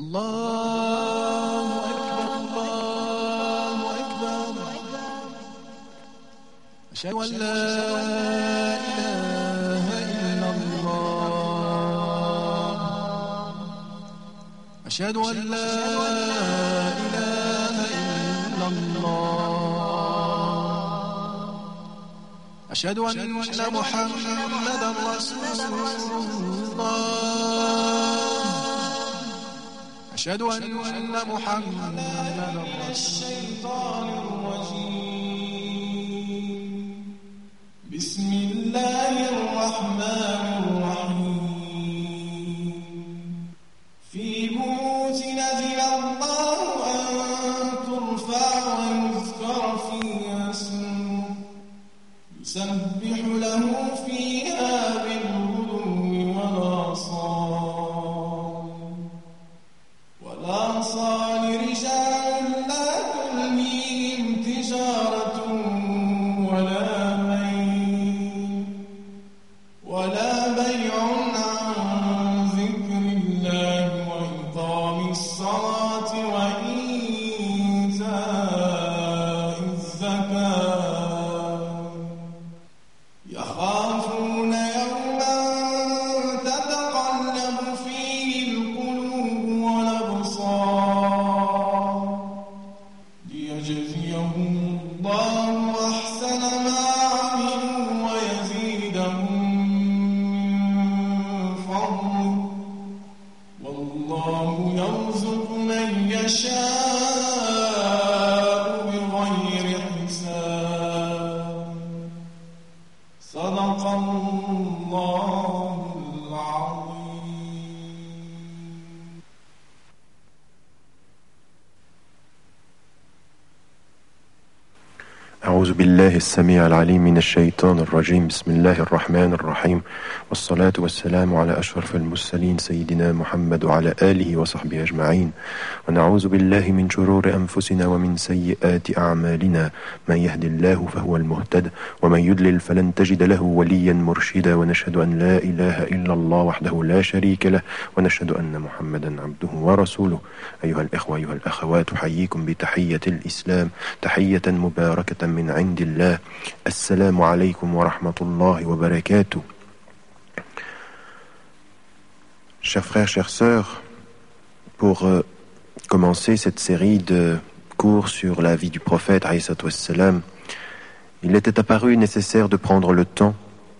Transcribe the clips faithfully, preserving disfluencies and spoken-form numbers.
الله أكبر الله أكبر أشهد أن لا إله إلا الله أشهد أن لا إله إلا الله أشهد أن محمدا رسول الله أشهد أن محمدا الشيطان الرجيم بسم الله الرحمن الرحيم في بيوت أذن الله أن ترفع ويذكر فيها اسمه يسبح له فيها بالغدو والآصال والآصال رجال لا تلهيهم تجارة ولا بيع ولا بيع عن ذكر الله وإقام الصلاة وإيتاء الزكاة يخافون يوما تتقلب فيه القلوب والأبصار ليجزيهم الله أحسن ما عملوا ويزيدهم من فضله والله يرزق من يشاء بغير حساب صدق الله العظيم. أعوذ بالله السميع العليم من الشيطان الرجيم بسم الله الرحمن الرحيم والصلاة والسلام على أشرف المرسلين سيدنا محمد وعلى آله وصحبه أجمعين ونعوذ بالله من شرور أنفسنا ومن سيئات أعمالنا من يهد الله فهو المهتد ومن يضلل فلن تجد له وليا مرشدا ونشهد أن لا إله إلا الله وحده لا شريك له ونشهد أن محمدا عبده ورسوله. أيها الإخوة أيها الأخوات أحييكم بتحية الإسلام تحية مباركة من عند الله. السلام عليكم ورحمة الله وبركاته. Chers frères, chères sœurs, pour euh, commencer cette série de cours sur la vie du prophète, alayhi salatu wassalam, il était apparu nécessaire de prendre le temps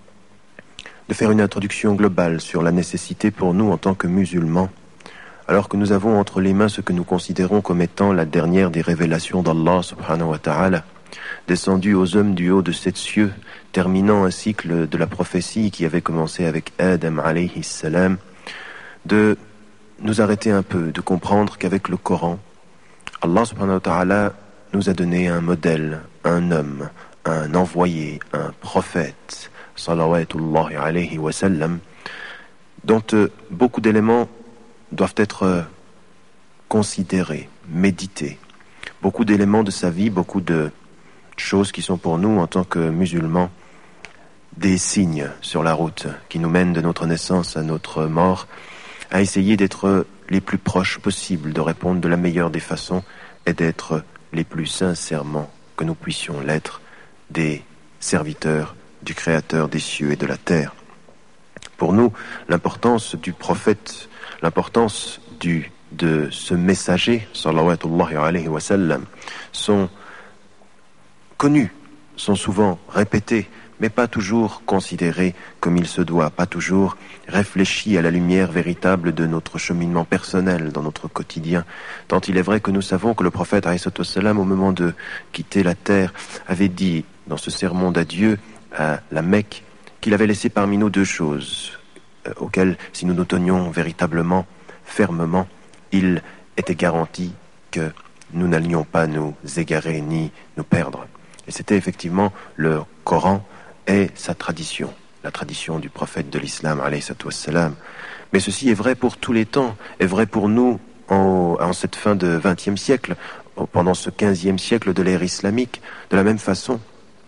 de faire une introduction globale sur la nécessité pour nous en tant que musulmans, alors que nous avons entre les mains ce que nous considérons comme étant la dernière des révélations d'Allah subhanahu wa ta'ala, descendu aux hommes du haut de sept cieux, terminant un cycle de la prophétie qui avait commencé avec Adam alayhi salam, de nous arrêter un peu, de comprendre qu'avec le Coran, Allah subhanahu wa ta'ala nous a donné un modèle, un homme, un envoyé, un prophète, salawatullahi alayhi wa sallam, dont euh, beaucoup d'éléments doivent être euh, considérés, médités. Beaucoup d'éléments de sa vie, beaucoup de choses qui sont pour nous en tant que musulmans des signes sur la route qui nous mènent de notre naissance à notre mort, à essayer d'être les plus proches possibles, de répondre de la meilleure des façons et d'être les plus sincèrement que nous puissions l'être des serviteurs du Créateur des cieux et de la terre. Pour nous, l'importance du prophète, l'importance du, de ce messager, salawatullahi alayhi wa sallam, sont connus, sont souvent répétés, mais pas toujours considérés comme il se doit, pas toujours réfléchis à la lumière véritable de notre cheminement personnel dans notre quotidien. Tant il est vrai que nous savons que le prophète, alayhi salatu wassalam, au moment de quitter la terre, avait dit dans ce sermon d'adieu à la Mecque qu'il avait laissé parmi nous deux choses euh, auxquelles, si nous nous tenions véritablement, fermement, il était garanti que nous n'allions pas nous égarer ni nous perdre. Et c'était effectivement le Coran et sa tradition, la tradition du prophète de l'islam, alayhi salatu wassalam. Mais ceci est vrai pour tous les temps, est vrai pour nous en, en cette fin de vingtième siècle, pendant ce quinzième siècle de l'ère islamique, de la même façon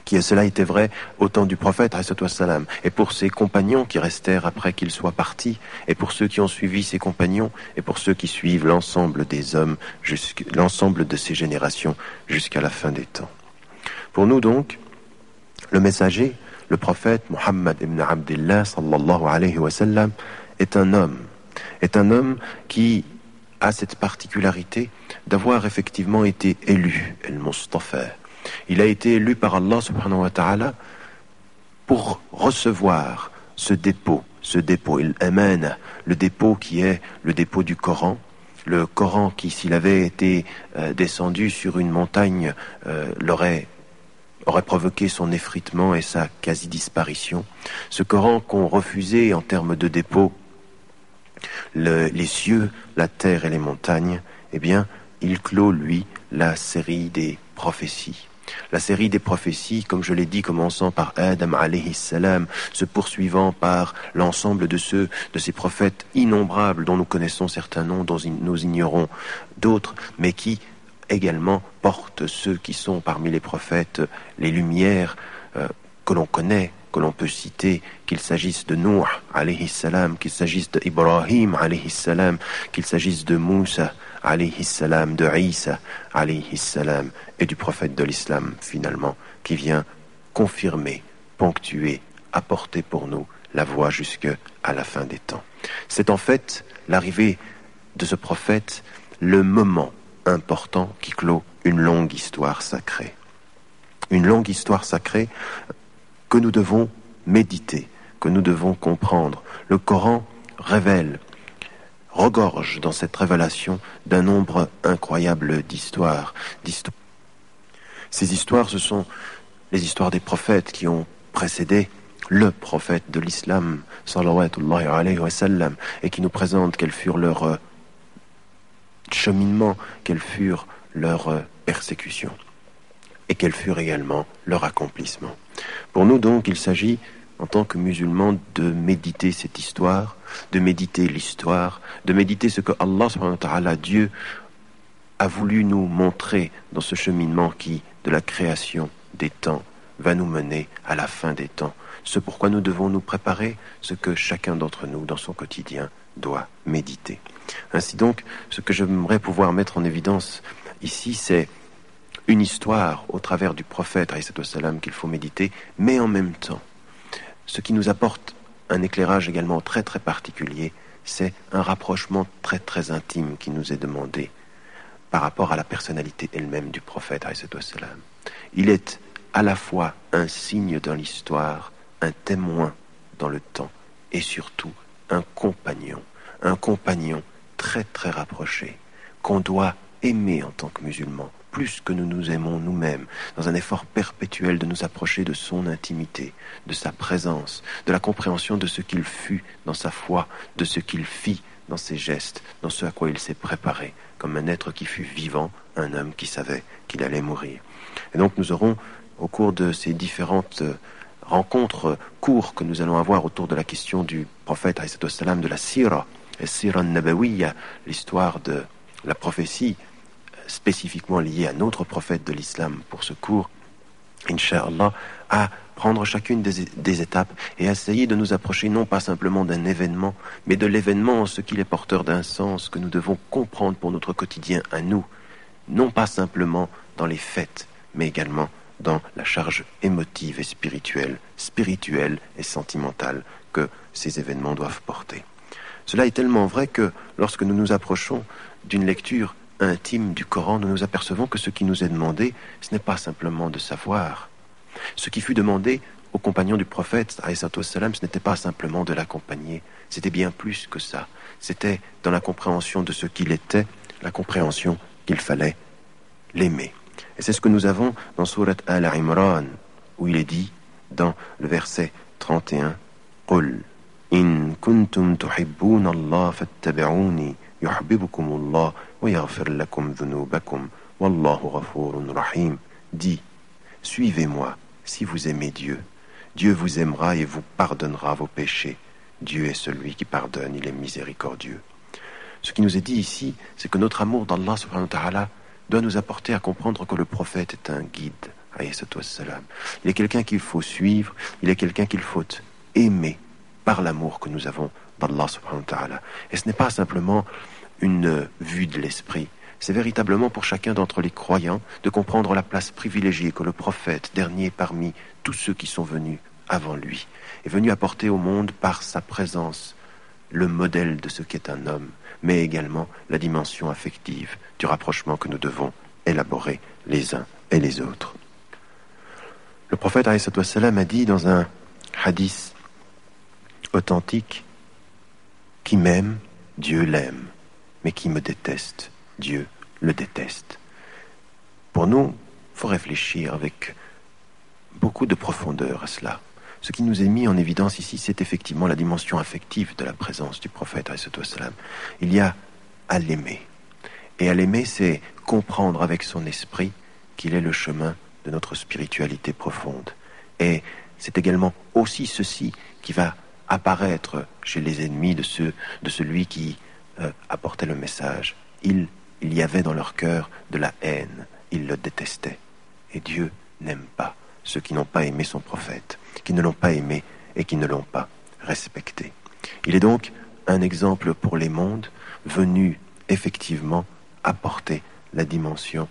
qui cela était vrai au temps du prophète ﷺ, et pour ses compagnons qui restèrent après qu'il soit parti, et pour ceux qui ont suivi ses compagnons, et pour ceux qui suivent l'ensemble des hommes, l'ensemble de ces générations jusqu'à la fin des temps. Pour nous donc, le messager, le prophète Muhammad ibn Abdillah sallallahu alayhi wa sallam, est un homme, est un homme qui a cette particularité d'avoir effectivement été élu, el-Mustafa. Il a été élu par Allah subhanahu wa ta'ala pour recevoir ce dépôt, ce dépôt, il-Amana, le dépôt qui est le dépôt du Coran, le Coran qui, s'il avait été euh, descendu sur une montagne, euh, l'aurait aurait provoqué son effritement et sa quasi-disparition. Ce Coran qu'on refusait en termes de dépôt, le, les cieux, la terre et les montagnes, eh bien, il clôt, lui, la série des prophéties. La série des prophéties, comme je l'ai dit, commençant par Adam alayhi salam, se poursuivant par l'ensemble de ceux, de ces prophètes innombrables dont nous connaissons certains noms, dont nous ignorons d'autres, mais qui également portent ceux qui sont parmi les prophètes, les lumières euh, que l'on connaît, que l'on peut citer, qu'il s'agisse de Nuh alayhi salam, qu'il s'agisse d'Ibrahim alayhi salam, qu'il s'agisse de Moussa alayhi salam, de Isa alayhi salam, et du prophète de l'islam finalement, qui vient confirmer, ponctuer, apporter pour nous la voie jusqu'à la fin des temps. C'est en fait l'arrivée de ce prophète, le moment important qui clôt une longue histoire sacrée. Une longue histoire sacrée que nous devons méditer, que nous devons comprendre. Le Coran révèle, regorge dans cette révélation d'un nombre incroyable d'histoires. d'histoires. Ces histoires, ce sont les histoires des prophètes qui ont précédé le prophète de l'islam, sallallahu alayhi wa sallam, et qui nous présentent quels furent leurs euh, cheminements, quelles furent leurs euh, persécutions, et quels furent également leurs accomplissements. Pour nous donc, il s'agit, en tant que musulmans, de méditer cette histoire, de méditer l'histoire, de méditer ce que Allah subhanahu wa ta'ala, Dieu, a voulu nous montrer dans ce cheminement qui, de la création des temps, va nous mener à la fin des temps. Ce pourquoi nous devons nous préparer, ce que chacun d'entre nous, dans son quotidien, doit méditer. Ainsi donc, ce que j'aimerais pouvoir mettre en évidence ici, c'est une histoire au travers du prophète alayhi salam qu'il faut méditer, mais en même temps, ce qui nous apporte un éclairage également très très particulier, c'est un rapprochement très très intime qui nous est demandé par rapport à la personnalité elle-même du prophète alayhi salam. Il est à la fois un signe dans l'histoire, un témoin dans le temps, et surtout un compagnon, un compagnon très très rapproché, qu'on doit aimer en tant que musulmans, plus que nous nous aimons nous-mêmes, dans un effort perpétuel de nous approcher de son intimité, de sa présence, de la compréhension de ce qu'il fut dans sa foi, de ce qu'il fit dans ses gestes, dans ce à quoi il s'est préparé, comme un être qui fut vivant, un homme qui savait qu'il allait mourir. Et donc nous aurons, au cours de ces différentes rencontres, cours que nous allons avoir autour de la question du prophète alayhi salam, de la sira, la sira nabawiyya, l'histoire de la prophétie, spécifiquement liée à notre prophète de l'islam pour ce cours, Inch'Allah, à prendre chacune des, des étapes et à essayer de nous approcher non pas simplement d'un événement, mais de l'événement en ce qu'il est porteur d'un sens que nous devons comprendre pour notre quotidien à nous, non pas simplement dans les fêtes, mais également dans la charge émotive et spirituelle, spirituelle et sentimentale que ces événements doivent porter. Cela est tellement vrai que lorsque nous nous approchons d'une lecture intime du Coran, nous nous apercevons que ce qui nous est demandé, ce n'est pas simplement de savoir. Ce qui fut demandé aux compagnons du prophète, alayhi salam, ce n'était pas simplement de l'accompagner, c'était bien plus que ça. C'était dans la compréhension de ce qu'il était, la compréhension qu'il fallait l'aimer. Et c'est ce que nous avons dans Sourate Al-Imran, où il est dit, dans le verset trente et un, « Qul, in kuntum tuhibbuna Allah fattabi'uni, yuhibbukum Allah, wa yaghfir lakum dhunubakum, wallahu ghafurun rahim. » Dis, suivez-moi, si vous aimez Dieu. Dieu vous aimera et vous pardonnera vos péchés. Dieu est celui qui pardonne, il est miséricordieux. Ce qui nous est dit ici, c'est que notre amour d'Allah subhanahu wa ta'ala doit nous apporter à comprendre que le prophète est un guide, alayhi wassalam. Il est quelqu'un qu'il faut suivre, il est quelqu'un qu'il faut aimer par l'amour que nous avons d'Allah subhanahu wa ta'ala. Et ce n'est pas simplement une vue de l'esprit, c'est véritablement pour chacun d'entre les croyants de comprendre la place privilégiée que le prophète, dernier parmi tous ceux qui sont venus avant lui, est venu apporter au monde par sa présence, le modèle de ce qu'est un homme, mais également la dimension affective du rapprochement que nous devons élaborer les uns et les autres. Le prophète alayhi wassalam a dit dans un hadith authentique: qui m'aime, Dieu l'aime, mais qui me déteste, Dieu le déteste. Pour nous, il faut réfléchir avec beaucoup de profondeur à cela. Ce qui nous est mis en évidence ici, c'est effectivement la dimension affective de la présence du prophète alayhi wassalam. Il y a à l'aimer. Et à l'aimer, c'est comprendre avec son esprit qu'il est le chemin de notre spiritualité profonde. Et c'est également aussi ceci qui va apparaître chez les ennemis de, ceux, de celui qui euh, apportait le message. Il, il y avait dans leur cœur de la haine. Ils le détestaient. Et Dieu n'aime pas ceux qui n'ont pas aimé son prophète, qui ne l'ont pas aimé et qui ne l'ont pas respecté. Il est donc un exemple pour les mondes venu effectivement apporter la dimension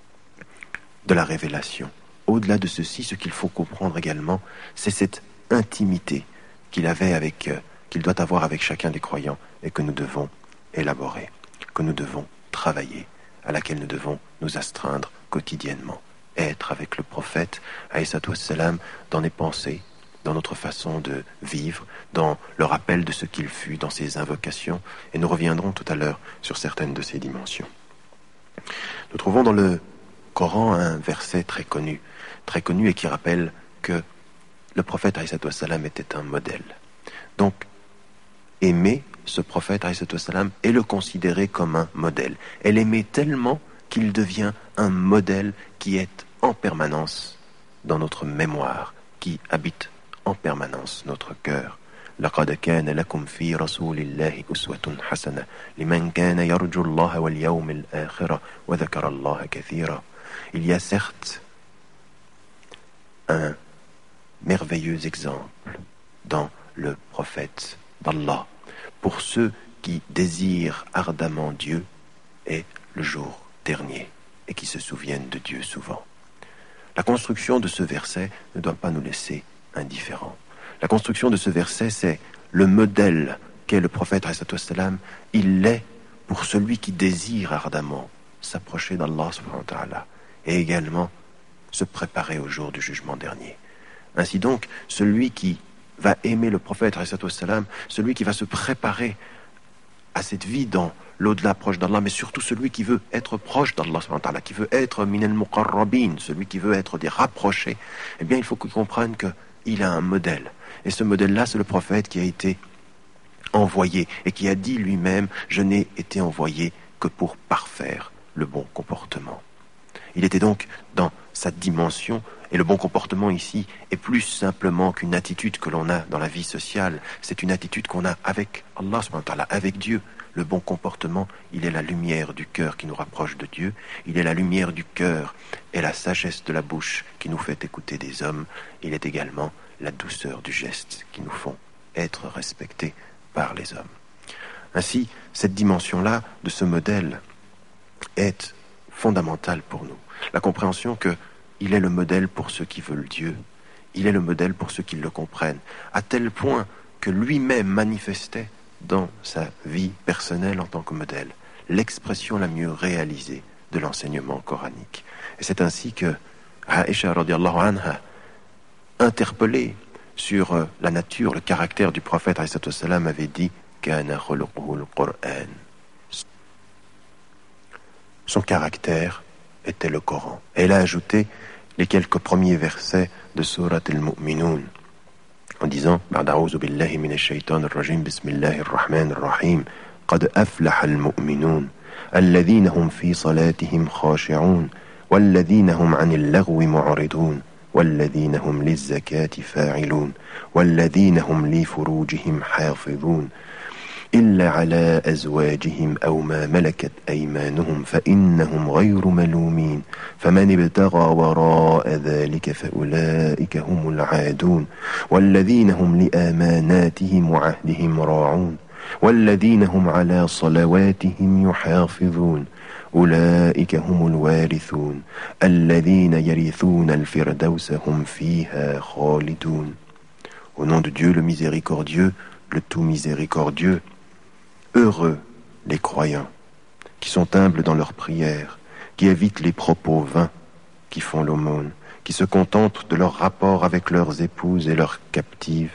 de la révélation. Au-delà de ceci, ce qu'il faut comprendre également, c'est cette intimité qu'il avait avec, euh, qu'il doit avoir avec chacun des croyants et que nous devons élaborer, que nous devons travailler, à laquelle nous devons nous astreindre quotidiennement. Être avec le prophète, alayhi wassalam, dans les pensées, dans notre façon de vivre, dans le rappel de ce qu'il fut, dans ses invocations, et nous reviendrons tout à l'heure sur certaines de ces dimensions. Nous trouvons dans le Coran un verset très connu, très connu et qui rappelle que le prophète alayhi wassalam était un modèle. Donc, aimer ce prophète alayhi wassalam et le considérer comme un modèle. Elle aimait tellement qu'il devient un modèle qui est en permanence dans notre mémoire, qui habite en permanence notre cœur. لقد كان لكم في رسول الله أسوة حسنة لمن كان يرجو الله واليوم الآخرة وذكر الله كثيرا. Il y a certes un merveilleux exemple dans le prophète d'Allah pour ceux qui désirent ardemment Dieu et le jour dernier et qui se souviennent de Dieu souvent. La construction de ce verset ne doit pas nous laisser indifférents. La construction de ce verset, c'est le modèle qu'est le prophète alayhi wassalam. Il l'est pour celui qui désire ardemment s'approcher d'Allah subhanahu wa ta'ala et également se préparer au jour du jugement dernier. Ainsi donc, celui qui va aimer le prophète alayhi wassalam, celui qui va se préparer à cette vie dans l'au-delà proche d'Allah, mais surtout celui qui veut être proche d'Allah subhanahu wa ta'ala, qui veut être min al-muqarrabin, celui qui veut être des rapprochés, eh bien il faut qu'il comprenne qu'il a un modèle. Et ce modèle-là, c'est le prophète qui a été envoyé et qui a dit lui-même: je n'ai été envoyé que pour parfaire le bon comportement. Il était donc dans sa dimension, et le bon comportement ici est plus simplement qu'une attitude que l'on a dans la vie sociale, c'est une attitude qu'on a avec Allah subhanahu wa ta'ala, avec Dieu. Le bon comportement, il est la lumière du cœur qui nous rapproche de Dieu, il est la lumière du cœur et la sagesse de la bouche qui nous fait écouter des hommes, il est également la douceur du geste qui nous font être respectés par les hommes. Ainsi, cette dimension-là de ce modèle est fondamentale pour nous. La compréhension qu'il est le modèle pour ceux qui veulent Dieu, il est le modèle pour ceux qui le comprennent, à tel point que lui-même manifestait dans sa vie personnelle en tant que modèle l'expression la mieux réalisée de l'enseignement coranique. Et c'est ainsi que Aïcha radiallahu anha, interpellée sur euh, la nature, le caractère du prophète alayhi wassalam, avait dit Kana khuluquhu al-Qur'an. Son caractère était le Coran. Et elle a ajouté les quelques premiers versets de Surat al-Mu'minun en disant Ba'da'ouzou billahi minash shaytanir rajim bismillahir rahmanir rahim qad aflaha al-mu'minun alladhina hum fi salatihim khashi'un walladhina hum 'anil laghwi mu'ridun والذين هم للزكاة فاعلون والذين هم لفروجهم حافظون إلا على أزواجهم أو ما ملكت أيمانهم فإنهم غير ملومين فمن ابتغى وراء ذلك فأولئك هم العادون والذين هم لأماناتهم وعهدهم راعون والذين هم على صلواتهم يحافظون أولئك هم الوارثون الذين يرثون الفردوس هم فيها خالدون. Au nom de Dieu le miséricordieux, le tout miséricordieux, heureux les croyants, qui sont humbles dans leurs prières, qui évitent les propos vains, qui font l'aumône, qui se contentent de leur rapport avec leurs épouses et leurs captives.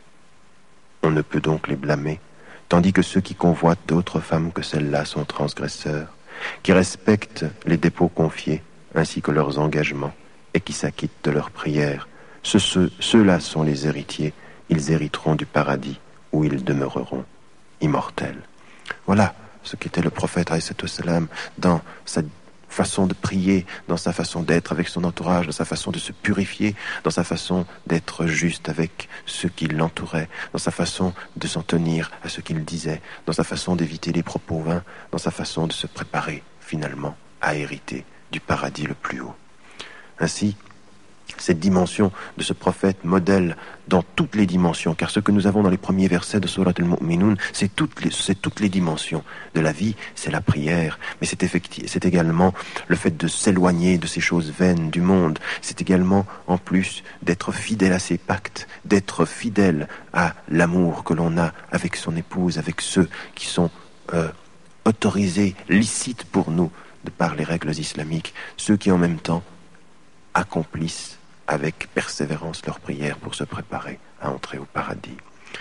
On ne peut donc les blâmer, tandis que ceux qui convoitent d'autres femmes que celles-là sont transgresseurs, qui respectent les dépôts confiés, ainsi que leurs engagements, et qui s'acquittent de leurs prières. Ceux, ceux, ceux-là sont les héritiers, ils hériteront du paradis, où ils demeureront immortels. Voilà ce qu'était le prophète alayhi salam dans sa façon de prier, dans sa façon d'être avec son entourage, dans sa façon de se purifier, dans sa façon d'être juste avec ceux qui l'entouraient, dans sa façon de s'en tenir à ce qu'il disait, dans sa façon d'éviter les propos vains, dans sa façon de se préparer finalement à hériter du paradis le plus haut. Ainsi, cette dimension de ce prophète modèle dans toutes les dimensions, car ce que nous avons dans les premiers versets de Surat al-Mu'minun, c'est toutes les, c'est toutes les dimensions de la vie, c'est la prière, mais c'est, effecti- c'est également le fait de s'éloigner de ces choses vaines du monde, c'est également en plus d'être fidèle à ses pactes, d'être fidèle à l'amour que l'on a avec son épouse, avec ceux qui sont euh, autorisés, licites pour nous, de par les règles islamiques, ceux qui en même temps accomplissent avec persévérance leurs prières pour se préparer à entrer au paradis.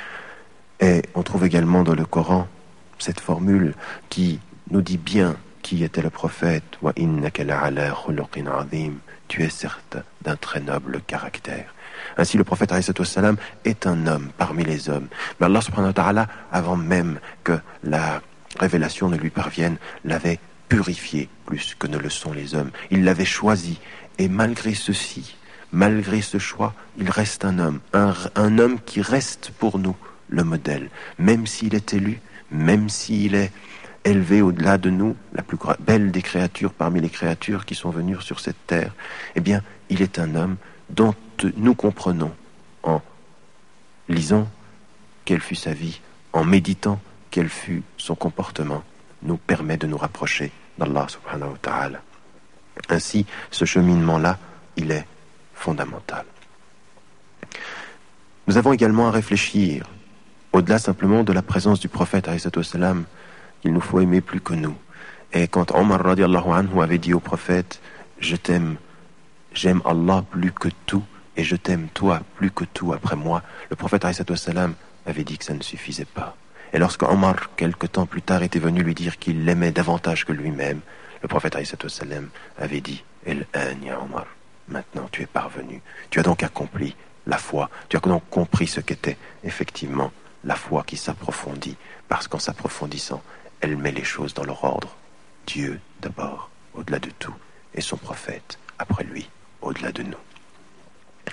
Et on trouve également dans le Coran cette formule qui nous dit bien qui était le prophète. Wa innaka la'ala khuluqin azim. Tu es certes d'un très noble caractère. Ainsi, le prophète alayhi salam est un homme parmi les hommes. Mais Allah subhanahu wa ta'ala, avant même que la révélation ne lui parvienne, l'avait purifié plus que ne le sont les hommes. Il l'avait choisi. Et malgré ceci, malgré ce choix, il reste un homme, un, un homme qui reste pour nous le modèle. Même s'il est élu, même s'il est élevé au-delà de nous, la plus belle des créatures parmi les créatures qui sont venues sur cette terre, eh bien, il est un homme dont nous comprenons, en lisant quelle fut sa vie, en méditant quel fut son comportement, nous permet de nous rapprocher d'Allah subhanahu wa ta'ala. Ainsi, ce cheminement-là, il est fondamental. Nous avons également à réfléchir, au-delà simplement de la présence du prophète, alayhi salam, qu'il nous faut aimer plus que nous. Et quand Omar radiallahu anhu avait dit au prophète, je t'aime, j'aime Allah plus que tout, et je t'aime toi plus que tout après moi, le prophète, alayhi salam, avait dit que ça ne suffisait pas. Et lorsque Omar, quelque temps plus tard, était venu lui dire qu'il l'aimait davantage que lui-même, le prophète alayhi salam avait dit, El-an ya Omar, maintenant tu es parvenu, tu as donc accompli la foi, tu as donc compris ce qu'était effectivement la foi qui s'approfondit, parce qu'en s'approfondissant, elle met les choses dans leur ordre. Dieu d'abord, au-delà de tout, et son prophète après lui, au-delà de nous.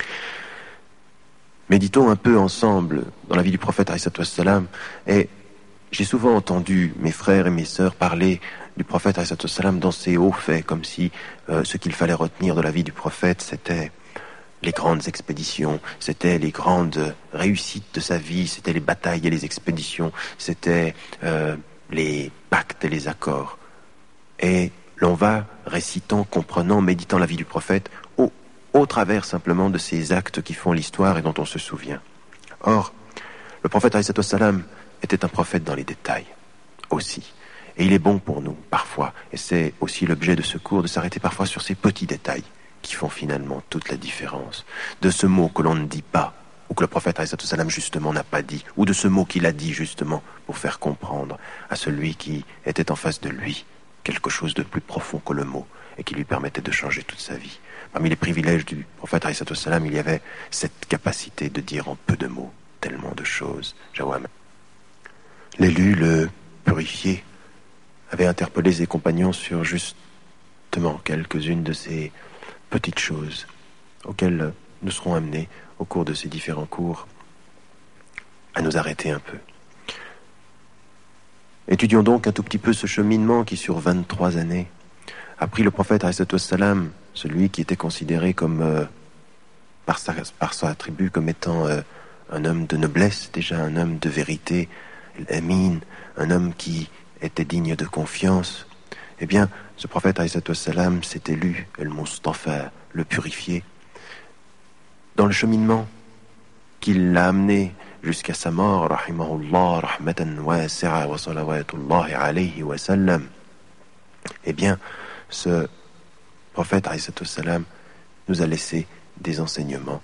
Méditons un peu ensemble dans la vie du prophète alayhi salam, et j'ai souvent entendu mes frères et mes sœurs parler du prophète alayhi salam dans ses hauts faits, comme si euh, ce qu'il fallait retenir de la vie du prophète, c'était les grandes expéditions, c'était les grandes réussites de sa vie, c'était les batailles et les expéditions, c'était euh, les pactes et les accords. Et l'on va récitant, comprenant, méditant la vie du prophète au, au travers simplement de ces actes qui font l'histoire et dont on se souvient. Or, le prophète alayhi salam était un prophète dans les détails aussi. Et il est bon pour nous, parfois, et c'est aussi l'objet de ce cours, de s'arrêter parfois sur ces petits détails qui font finalement toute la différence. De ce mot que l'on ne dit pas, ou que le prophète alayhi salam justement n'a pas dit, ou de ce mot qu'il a dit justement pour faire comprendre à celui qui était en face de lui quelque chose de plus profond que le mot, et qui lui permettait de changer toute sa vie. Parmi les privilèges du prophète alayhi salam, il y avait cette capacité de dire en peu de mots tellement de choses. Jawam. L'élu, le purifié, avait interpellé ses compagnons sur justement quelques-unes de ces petites choses auxquelles nous serons amenés au cours de ces différents cours à nous arrêter un peu. Étudions donc un tout petit peu ce cheminement qui, sur vingt-trois années, a pris le prophète, alayhi wassalam, celui qui était considéré comme, euh, par, sa, par sa tribu comme étant euh, un homme de noblesse, déjà un homme de vérité, l'amin, un homme qui était digne de confiance. Eh bien, ce prophète, alayhi wassalam, s'est élu, el-Mustafa, le purifié, dans le cheminement qui l'a amené jusqu'à sa mort, rahimahullah, rahmatan wasi'a wa salawatullahi alayhi wa sallam. Eh bien, ce prophète, alayhi wassalam, nous a laissé des enseignements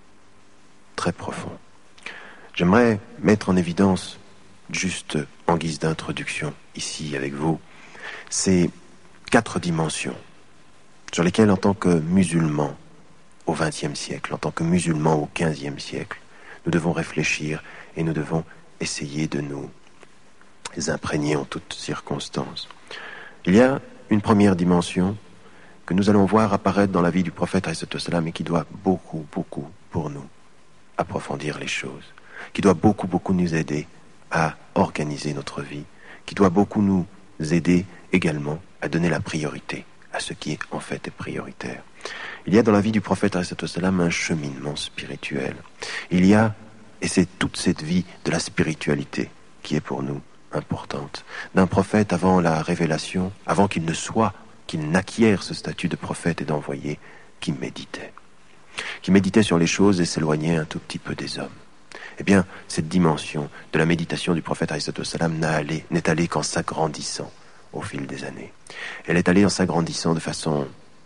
très profonds. J'aimerais mettre en évidence, juste en guise d'introduction, ici avec vous, ces quatre dimensions sur lesquelles, en tant que musulmans au vingtième siècle, en tant que musulmans au quinzième siècle, nous devons réfléchir et nous devons essayer de nous imprégner en toutes circonstances. Il y a une première dimension que nous allons voir apparaître dans la vie du prophète alayhi wassalam et qui doit beaucoup, beaucoup, pour nous, approfondir les choses, qui doit beaucoup, beaucoup nous aider à organiser notre vie, qui doit beaucoup nous aider également à donner la priorité à ce qui est en fait est prioritaire. Il y a dans la vie du prophète alayhi wassalam un cheminement spirituel. Il y a, et c'est toute cette vie de la spiritualité qui est pour nous importante, d'un prophète avant la révélation, avant qu'il ne soit, qu'il n'acquiert ce statut de prophète et d'envoyé, qui méditait. Qui méditait sur les choses et s'éloignait un tout petit peu des hommes. Eh bien, cette dimension de la méditation du prophète alayhi wassalam n'est allée qu'en s'agrandissant au fil des années. Elle est allée en s'agrandissant de façon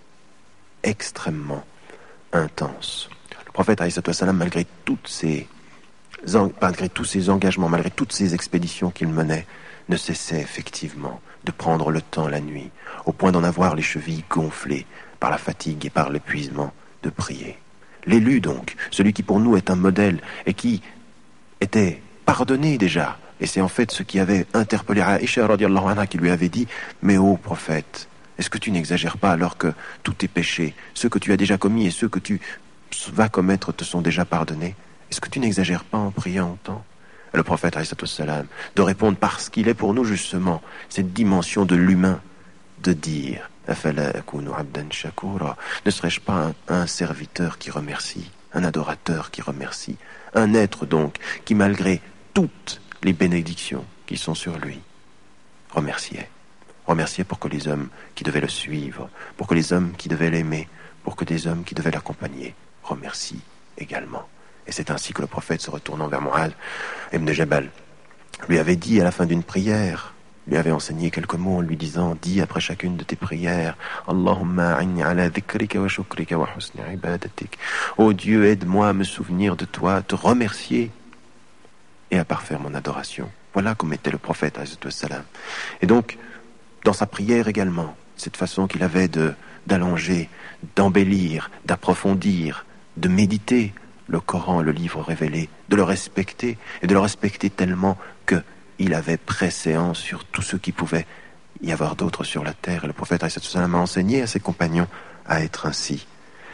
extrêmement intense. Le prophète alayhi wassalam, malgré toutes ses, malgré tous ses engagements, malgré toutes ces expéditions qu'il menait, ne cessait effectivement de prendre le temps la nuit, au point d'en avoir les chevilles gonflées par la fatigue et par l'épuisement, de prier. L'élu donc, celui qui pour nous est un modèle et qui était pardonné déjà, et c'est en fait ce qui avait interpellé Aïcha radiallahu anha, qui lui avait dit « Mais ô prophète, est-ce que tu n'exagères pas alors que tous tes péchés, ceux que tu as déjà commis et ceux que tu vas commettre te sont déjà pardonnés? Est-ce que tu n'exagères pas en priant autant ?» Le prophète alayhi wassalam, de répondre parce qu'il est pour nous justement cette dimension de l'humain, de dire « Afala akunu abdan shakura » ne serais-je pas un, un serviteur qui remercie, un adorateur qui remercie, un être donc qui malgré toutes les bénédictions qui sont sur lui, remerciait. Remerciait pour que les hommes qui devaient le suivre, pour que les hommes qui devaient l'aimer, pour que des hommes qui devaient l'accompagner, remercient également. Et c'est ainsi que le prophète, se retournant vers Mu'adh ibn Jabal, lui avait dit à la fin d'une prière, lui avait enseigné quelques mots en lui disant, dis après chacune de tes prières, Allahumma a'inni ala dhikrika wa shukrika wa husni ibadatik. Ô Dieu, aide-moi à me souvenir de toi, à te remercier et à parfaire mon adoration. Voilà comme était le prophète alayhi wassalam. Et donc, dans sa prière également, cette façon qu'il avait de, d'allonger, d'embellir, d'approfondir, de méditer le Coran, le livre révélé, de le respecter, et de le respecter tellement qu'il avait préséance sur tout ce qui pouvait y avoir d'autre sur la terre. Et le prophète alayhi wassalam a enseigné à ses compagnons à être ainsi.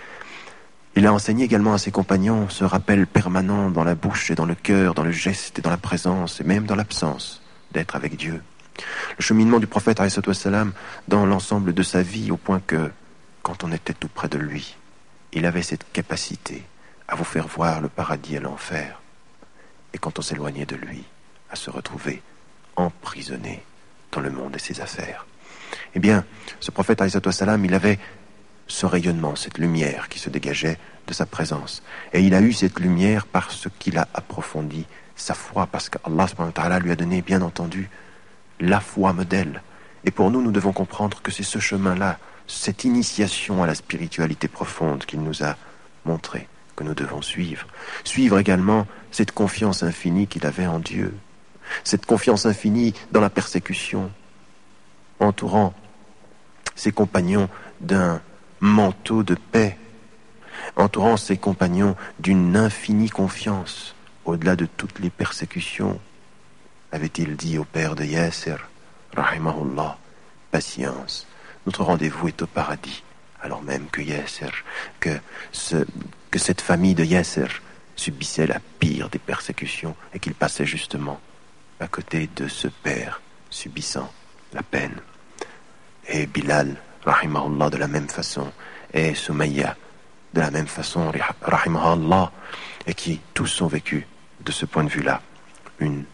Il a enseigné également à ses compagnons ce rappel permanent dans la bouche et dans le cœur, dans le geste et dans la présence, et même dans l'absence, d'être avec Dieu. Le cheminement du prophète alayhi wassalam dans l'ensemble de sa vie, au point que, quand on était tout près de lui, il avait cette capacité à vous faire voir le paradis et l'enfer, et quand on s'éloignait de lui, à se retrouver emprisonné dans le monde et ses affaires. Eh bien, ce prophète alayhi wassalam, il avait ce rayonnement, cette lumière qui se dégageait de sa présence. Et il a eu cette lumière parce qu'il a approfondi sa foi, parce qu'Allah subhanahu wa ta'ala lui a donné, bien entendu, la foi modèle. Et pour nous, nous devons comprendre que c'est ce chemin-là, cette initiation à la spiritualité profonde qu'il nous a montré, que nous devons suivre. Suivre également cette confiance infinie qu'il avait en Dieu, cette confiance infinie dans la persécution, entourant ses compagnons d'un manteau de paix, entourant ses compagnons d'une infinie confiance, au-delà de toutes les persécutions. Avait-il dit au père de Yasser, rahimahullah, patience, notre rendez-vous est au paradis, alors même que Yasser, que, ce, que cette famille de Yasser subissait la pire des persécutions et qu'il passait justement à côté de ce père subissant la peine. Et Bilal, rahimahullah, de la même façon, et Soumaïa, de la même façon, rahimahullah, et qui tous ont vécu, de ce point de vue-là, une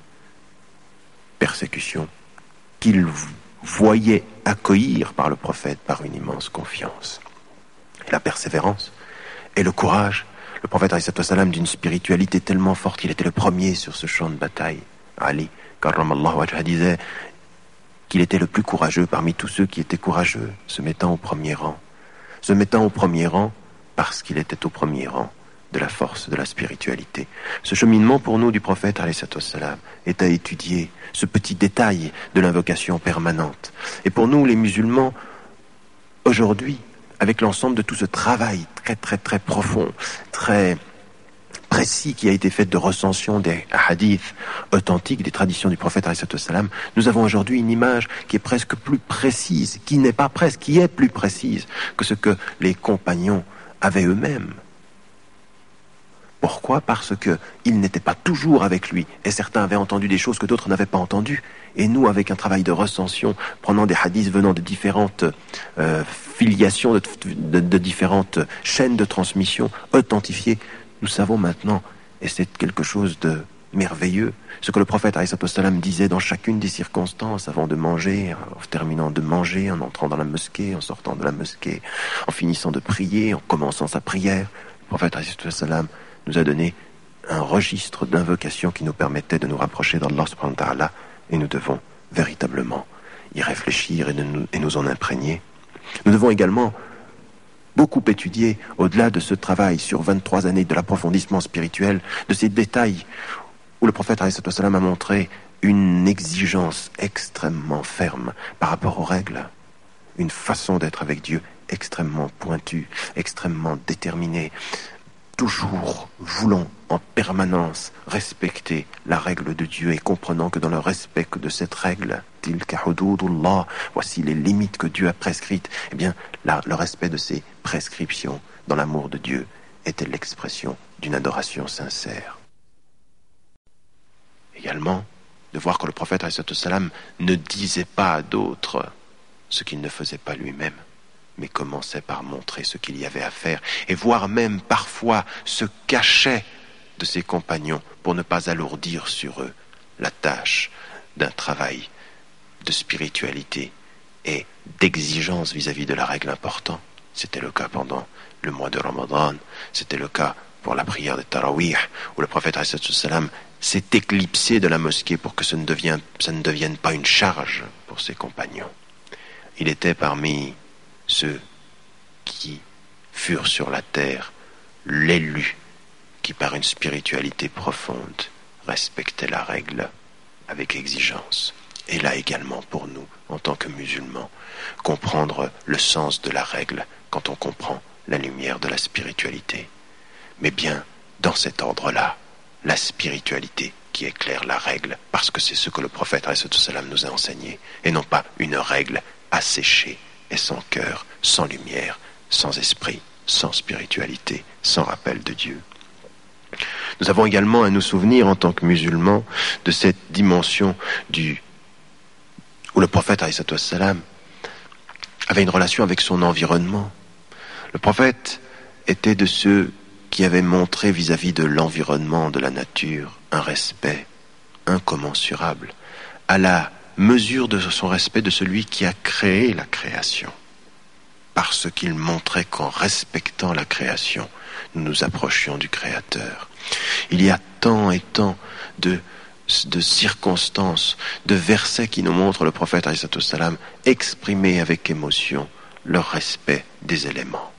persécution qu'ils voyaient accueillir par le prophète par une immense confiance. Et la persévérance et le courage, le prophète alayhi salam d'une spiritualité tellement forte qu'il était le premier sur ce champ de bataille. Ali, karramallahu wajha, disait qu'il était le plus courageux parmi tous ceux qui étaient courageux, se mettant au premier rang. Se mettant au premier rang parce qu'il était au premier rang de la force de la spiritualité. Ce cheminement pour nous du prophète alayhi salam est à étudier, ce petit détail de l'invocation permanente. Et pour nous les musulmans, aujourd'hui, avec l'ensemble de tout ce travail très très très profond, très précis qui a été fait de recension des hadiths authentiques, des traditions du prophète alayhi salam, nous avons aujourd'hui une image qui est presque plus précise, qui n'est pas presque, qui est plus précise que ce que les compagnons avaient eux-mêmes. Pourquoi ? Parce qu'ils n'étaient pas toujours avec lui, et certains avaient entendu des choses que d'autres n'avaient pas entendues. Et nous, avec un travail de recension, prenant des hadiths venant de différentes euh, filiations, de, de, de différentes chaînes de transmission authentifiées, nous savons maintenant, et c'est quelque chose de merveilleux, ce que le prophète alayhi salam disait dans chacune des circonstances, avant de manger, en terminant de manger, en entrant dans la mosquée, en sortant de la mosquée, en finissant de prier, en commençant sa prière. Le prophète alayhi salam nous a donné un registre d'invocations qui nous permettait de nous rapprocher d'Allah subhanahu wa ta'ala, et nous devons véritablement y réfléchir et nous, et nous en imprégner. Nous devons également beaucoup étudier, au-delà de ce travail sur vingt-trois années de l'approfondissement spirituel, de ces détails où le prophète alayhi salam a montré une exigence extrêmement ferme par rapport aux règles, une façon d'être avec Dieu extrêmement pointue, extrêmement déterminée, toujours voulant en permanence respecter la règle de Dieu et comprenant que dans le respect de cette règle, tilka hududullah, voici les limites que Dieu a prescrites, eh bien, la, le respect de ces prescriptions dans l'amour de Dieu était l'expression d'une adoration sincère. Également, de voir que le prophète alayhi salam ne disait pas à d'autres ce qu'il ne faisait pas lui-même, mais commençait par montrer ce qu'il y avait à faire, et voire même parfois se cachait de ses compagnons pour ne pas alourdir sur eux la tâche d'un travail de spiritualité et d'exigence vis-à-vis de la règle importante. C'était le cas pendant le mois de Ramadan, c'était le cas pour la prière de Tarawih, où le prophète alayhi salam s'est éclipsé de la mosquée pour que ça ne devienne, ça ne devienne pas une charge pour ses compagnons. Il était parmi ceux qui furent sur la terre l'élu qui par une spiritualité profonde respectait la règle avec exigence. Et là également pour nous, en tant que musulmans, comprendre le sens de la règle quand on comprend la lumière de la spiritualité. Mais bien, dans cet ordre-là, la spiritualité qui éclaire la règle, parce que c'est ce que le prophète alayhi salam nous a enseigné, et non pas une règle asséchée et sans cœur, sans lumière, sans esprit, sans spiritualité, sans rappel de Dieu. Nous avons également à nous souvenir en tant que musulmans de cette dimension du, où le prophète alayhi salam avait une relation avec son environnement. Le prophète était de ceux qui avaient montré vis-à-vis de l'environnement, de la nature, un respect incommensurable, à la mesure de son respect de celui qui a créé la création, parce qu'il montrait qu'en respectant la création, nous nous approchions du Créateur. Il y a tant et tant de, de circonstances, de versets qui nous montrent le prophète alayhi salam exprimer avec émotion le respect des éléments.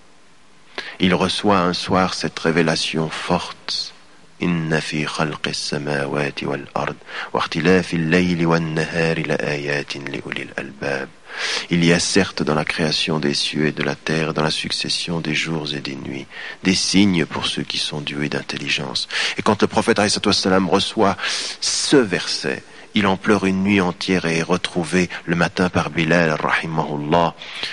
Il reçoit un soir cette révélation forte. Inna fi khalqi as-samawati wal ard wa ikhtilafi al-layli wan-nahari la ayatin li ulil albab. Il y a certes dans la création des cieux et de la terre, dans la succession des jours et des nuits, des signes pour ceux qui sont doués d'intelligence. Et quand le prophète alayhi salam reçoit ce verset, il en pleure une nuit entière et est retrouvé le matin par Bilal, rahimahullah,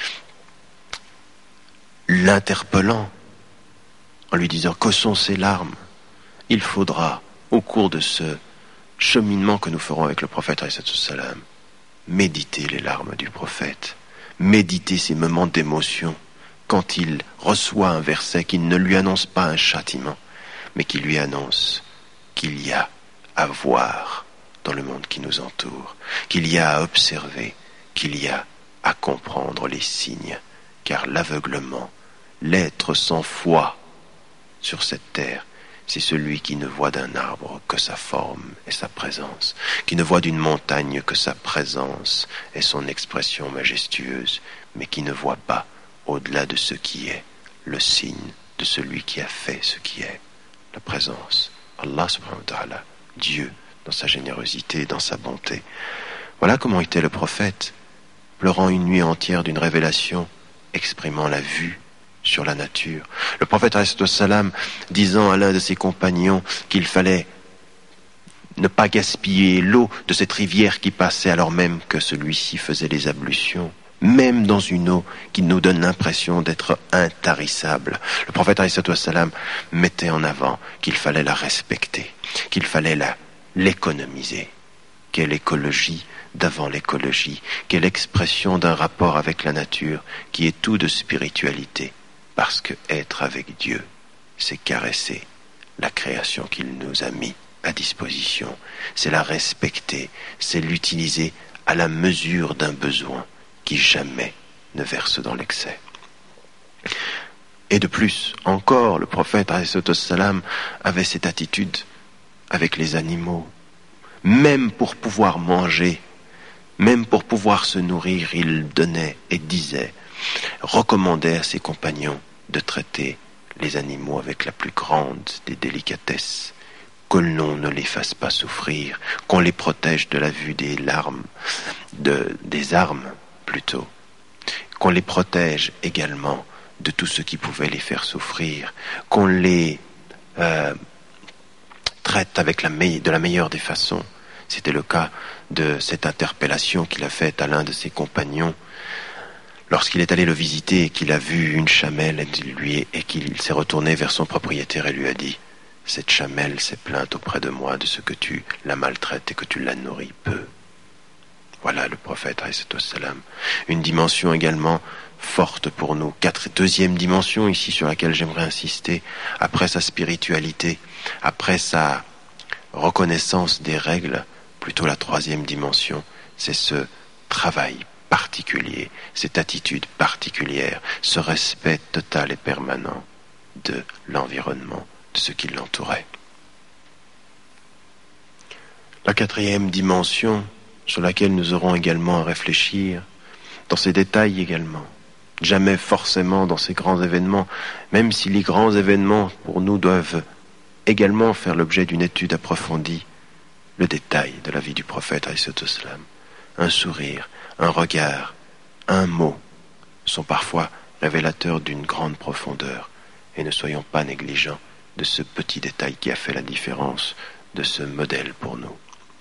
l'interpellant, en lui disant que sont ces larmes. Il faudra, au cours de ce cheminement que nous ferons avec le prophète alayhi salam, méditez les larmes du prophète, méditez ces moments d'émotion quand il reçoit un verset qui ne lui annonce pas un châtiment, mais qui lui annonce qu'il y a à voir dans le monde qui nous entoure, qu'il y a à observer, qu'il y a à comprendre les signes, car l'aveuglement, l'être sans foi sur cette terre, c'est celui qui ne voit d'un arbre que sa forme et sa présence, qui ne voit d'une montagne que sa présence et son expression majestueuse, mais qui ne voit pas au-delà de ce qui est le signe de celui qui a fait ce qui est, la présence. Allah subhanahu wa ta'ala, Dieu, dans sa générosité, dans sa bonté. Voilà comment était le prophète, pleurant une nuit entière d'une révélation, exprimant la vue sur la nature. Le prophète alayhi salam disant à l'un de ses compagnons qu'il fallait ne pas gaspiller l'eau de cette rivière qui passait alors même que celui-ci faisait les ablutions, même dans une eau qui nous donne l'impression d'être intarissable. Le prophète alayhi salam mettait en avant qu'il fallait la respecter, qu'il fallait la, l'économiser. Quelle écologie d'avant l'écologie, quelle expression d'un rapport avec la nature qui est tout de spiritualité. Parce que être avec Dieu, c'est caresser la création qu'il nous a mis à disposition. C'est la respecter, c'est l'utiliser à la mesure d'un besoin qui jamais ne verse dans l'excès. Et de plus, encore, le prophète alayhi salam avait cette attitude avec les animaux. Même pour pouvoir manger, même pour pouvoir se nourrir, il donnait et disait, recommandait à ses compagnons de traiter les animaux avec la plus grande des délicatesses, que l'on ne les fasse pas souffrir, qu'on les protège de la vue des larmes, de, des armes plutôt, qu'on les protège également de tout ce qui pouvait les faire souffrir, qu'on les euh, traite avec la me- de la meilleure des façons. C'était le cas de cette interpellation qu'il a faite à l'un de ses compagnons lorsqu'il est allé le visiter et qu'il a vu une chamelle et, lui, et qu'il s'est retourné vers son propriétaire et lui a dit « Cette chamelle s'est plainte auprès de moi de ce que tu la maltraites et que tu la nourris peu. » Voilà le prophète alayhi salam. Une dimension également forte pour nous. Quatre, deuxième dimension ici sur laquelle j'aimerais insister, après sa spiritualité, après sa reconnaissance des règles, plutôt la troisième dimension, c'est ce travail particulier, cette attitude particulière, ce respect total et permanent de l'environnement, de ce qui l'entourait. La quatrième dimension sur laquelle nous aurons également à réfléchir, dans ces détails également, jamais forcément dans ces grands événements, même si les grands événements pour nous doivent également faire l'objet d'une étude approfondie, le détail de la vie du prophète alayhi salam. Un sourire, un regard, un mot sont parfois révélateurs d'une grande profondeur, et ne soyons pas négligents de ce petit détail qui a fait la différence de ce modèle pour nous.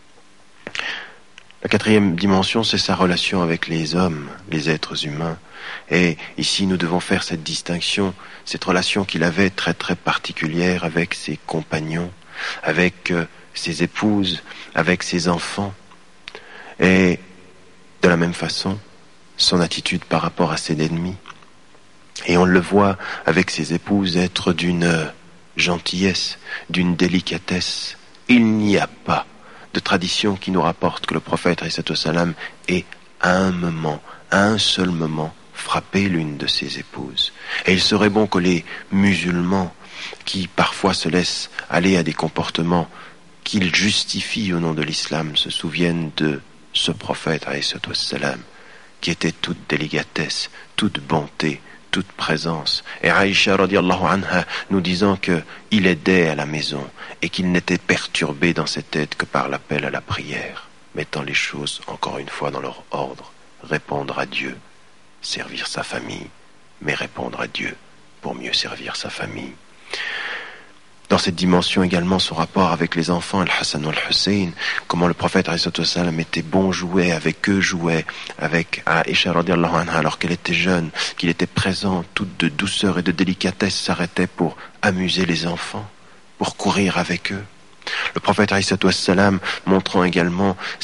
La quatrième dimension, c'est sa relation avec les hommes, les êtres humains. Et ici, nous devons faire cette distinction, cette relation qu'il avait très très particulière avec ses compagnons, avec euh, ses épouses, avec ses enfants. Et de la même façon, son attitude par rapport à ses ennemis. Et on le voit avec ses épouses être d'une gentillesse, d'une délicatesse. Il n'y a pas de tradition qui nous rapporte que le prophète alayhi salam ait à un moment, à un seul moment, frappé l'une de ses épouses. Et il serait bon que les musulmans, qui parfois se laissent aller à des comportements qu'ils justifient au nom de l'islam, se souviennent de ce prophète alayhi salam, qui était toute délicatesse, toute bonté, toute présence. Et Aïcha radiallahu anha nous disant qu'il aidait à la maison et qu'il n'était perturbé dans cette aide que par l'appel à la prière, mettant les choses encore une fois dans leur ordre, répondre à Dieu, servir sa famille, mais répondre à Dieu pour mieux servir sa famille. Dans cette dimension également son rapport avec les enfants, Al-Hassan ou Al-Hussein, comment le prophète alayhi salam était bon jouet avec eux, jouait avec Aïcha radiallahu anha alors qu'elle était jeune, qu'il était présent, toute de douceur et de délicatesse, s'arrêtait pour amuser les enfants, pour courir avec eux. Le prophète alayhi salam montrant également cette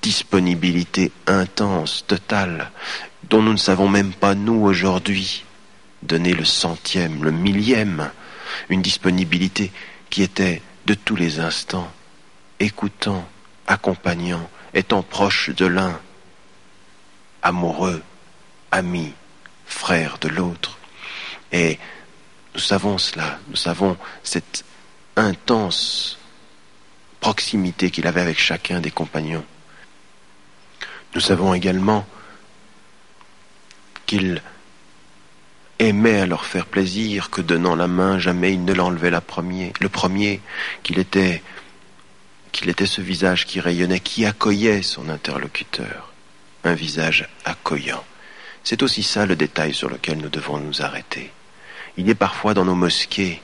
disponibilité intense, totale, dont nous ne savons même pas, nous, aujourd'hui, donner le centième, le millième, une disponibilité qui était de tous les instants, écoutant, accompagnant, étant proche de l'un, amoureux, ami, frère de l'autre. Et nous savons cela, nous savons cette intense proximité qu'il avait avec chacun des compagnons. Nous savons également qu'il aimait à leur faire plaisir, que donnant la main, jamais il ne l'enlevait la premier, le premier, qu'il était, qu'il était ce visage qui rayonnait, qui accueillait son interlocuteur, un visage accueillant. C'est aussi ça le détail sur lequel nous devons nous arrêter. Il y a parfois dans nos mosquées,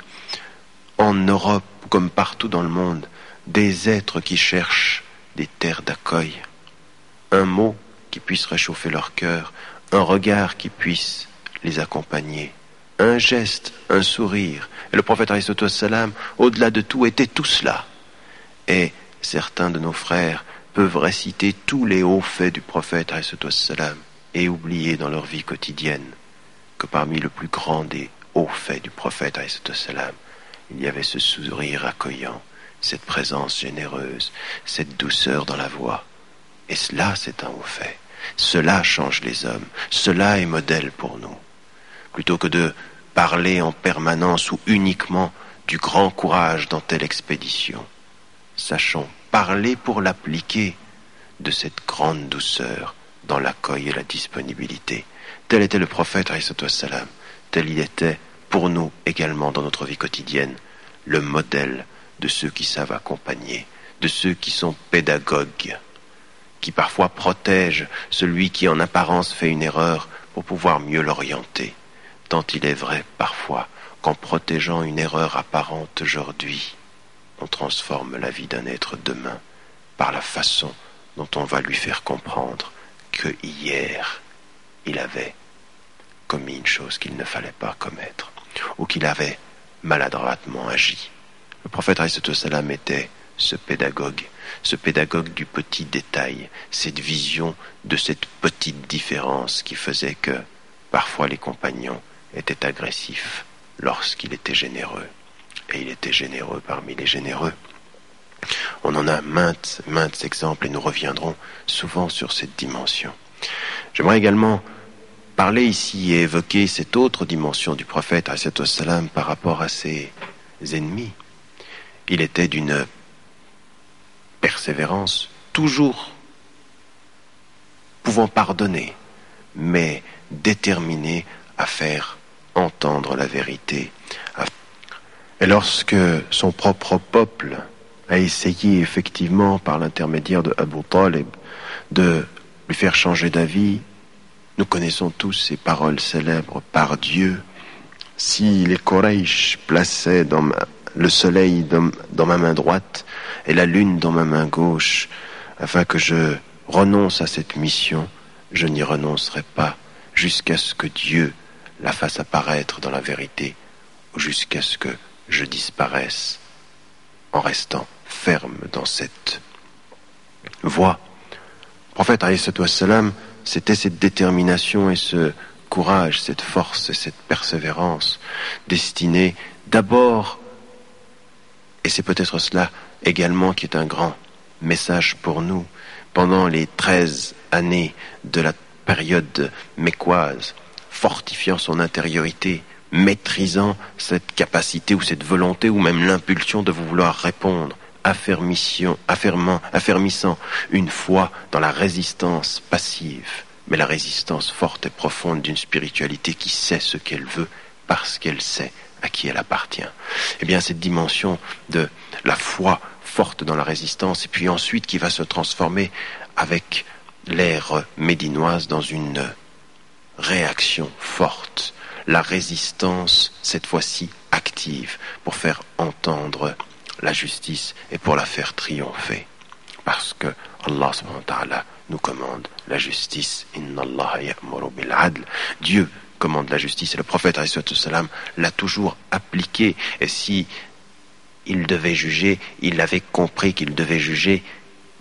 en Europe comme partout dans le monde, des êtres qui cherchent des terres d'accueil, un mot qui puisse réchauffer leur cœur, un regard qui puisse les accompagner, un geste, un sourire. Et le prophète alayhi salatu wassalam, au-delà de tout, était tout cela. Et certains de nos frères peuvent réciter tous les hauts faits du prophète alayhi salatu wassalam et oublier dans leur vie quotidienne que parmi le plus grand des hauts faits du prophète alayhi salatu wassalam, il y avait ce sourire accueillant, cette présence généreuse, cette douceur dans la voix. Et cela, c'est un haut fait. Cela change les hommes. Cela est modèle pour nous. Plutôt que de parler en permanence ou uniquement du grand courage dans telle expédition, sachons parler pour l'appliquer de cette grande douceur dans l'accueil et la disponibilité. Tel était le prophète, alayhi salatu wassalam. Tel il était pour nous également dans notre vie quotidienne, le modèle de ceux qui savent accompagner, de ceux qui sont pédagogues, qui parfois protègent celui qui en apparence fait une erreur pour pouvoir mieux l'orienter. Tant il est vrai parfois qu'en protégeant une erreur apparente aujourd'hui, on transforme la vie d'un être demain par la façon dont on va lui faire comprendre que hier il avait commis une chose qu'il ne fallait pas commettre, ou qu'il avait maladroitement agi. Le prophète alayhi salatu wassalam était ce pédagogue, ce pédagogue du petit détail, cette vision de cette petite différence qui faisait que parfois les compagnons étaient agressifs lorsqu'il était généreux. Et il était généreux parmi les généreux. On en a maintes, maintes exemples et nous reviendrons souvent sur cette dimension. J'aimerais également parler ici et évoquer cette autre dimension du prophète alayhi salatu wassalam par rapport à ses ennemis. Il était d'une persévérance, toujours pouvant pardonner, mais déterminé à faire entendre la vérité. Et lorsque son propre peuple a essayé effectivement par l'intermédiaire de Abu Talib de lui faire changer d'avis, nous connaissons tous ces paroles célèbres: par Dieu, si les Quraysh plaçaient dans ma, le soleil dans, dans ma main droite et la lune dans ma main gauche, afin que je renonce à cette mission, je n'y renoncerai pas jusqu'à ce que Dieu la fasse apparaître dans la vérité, ou jusqu'à ce que je disparaisse en restant ferme dans cette voie. Le prophète alayhi salatu wassalam, c'était cette détermination et ce courage, cette force et cette persévérance destinée d'abord, et c'est peut-être cela également qui est un grand message pour nous, pendant les treize années de la période mécoise, fortifiant son intériorité, maîtrisant cette capacité ou cette volonté ou même l'impulsion de vouloir répondre, affermissant, affirmant, affermissant une foi dans la résistance passive, mais la résistance forte et profonde d'une spiritualité qui sait ce qu'elle veut parce qu'elle sait à qui elle appartient. Eh bien, cette dimension de la foi forte dans la résistance, et puis ensuite qui va se transformer avec l'ère médinoise dans une réaction forte, la résistance, cette fois-ci active, pour faire entendre la justice et pour la faire triompher. Parce que Allah subhanahu wa ta'ala nous commande la justice. Inna Allah ya'muru bil 'adl. Dieu commande la justice et le prophète alayhi salatu wassalam l'a toujours appliqué. Et si il devait juger, il avait compris qu'il devait juger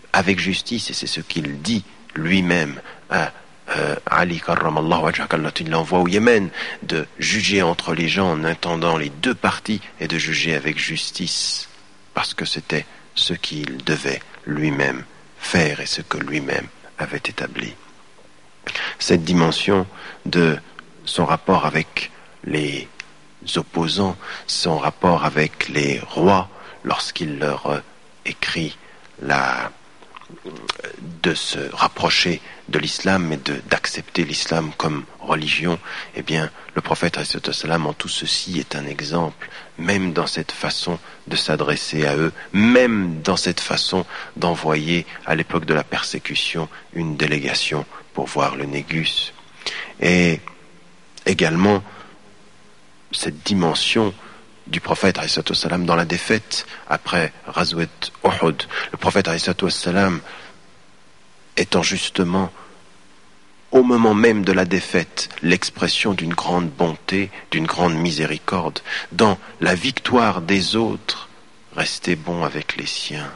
avec justice, et c'est ce qu'il dit lui-même à euh, Ali karramallahu wajhah, quand il l'envoie au Yémen, de juger entre les gens en attendant les deux parties et de juger avec justice, parce que c'était ce qu'il devait lui-même faire et ce que lui-même avait établi. Cette dimension de son rapport avec les opposants, son rapport avec les rois, lorsqu'il leur écrit la, de se rapprocher de l'islam et de, d'accepter l'islam comme religion, eh bien, le prophète alayhi salam en tout ceci est un exemple, même dans cette façon de s'adresser à eux, même dans cette façon d'envoyer à l'époque de la persécution une délégation pour voir le Négus. Et également cette dimension du prophète alayhi salam dans la défaite après Ghazwat Uhud. Le prophète alayhi salam étant justement au moment même de la défaite l'expression d'une grande bonté, d'une grande miséricorde. Dans la victoire des autres, restez bon avec les siens.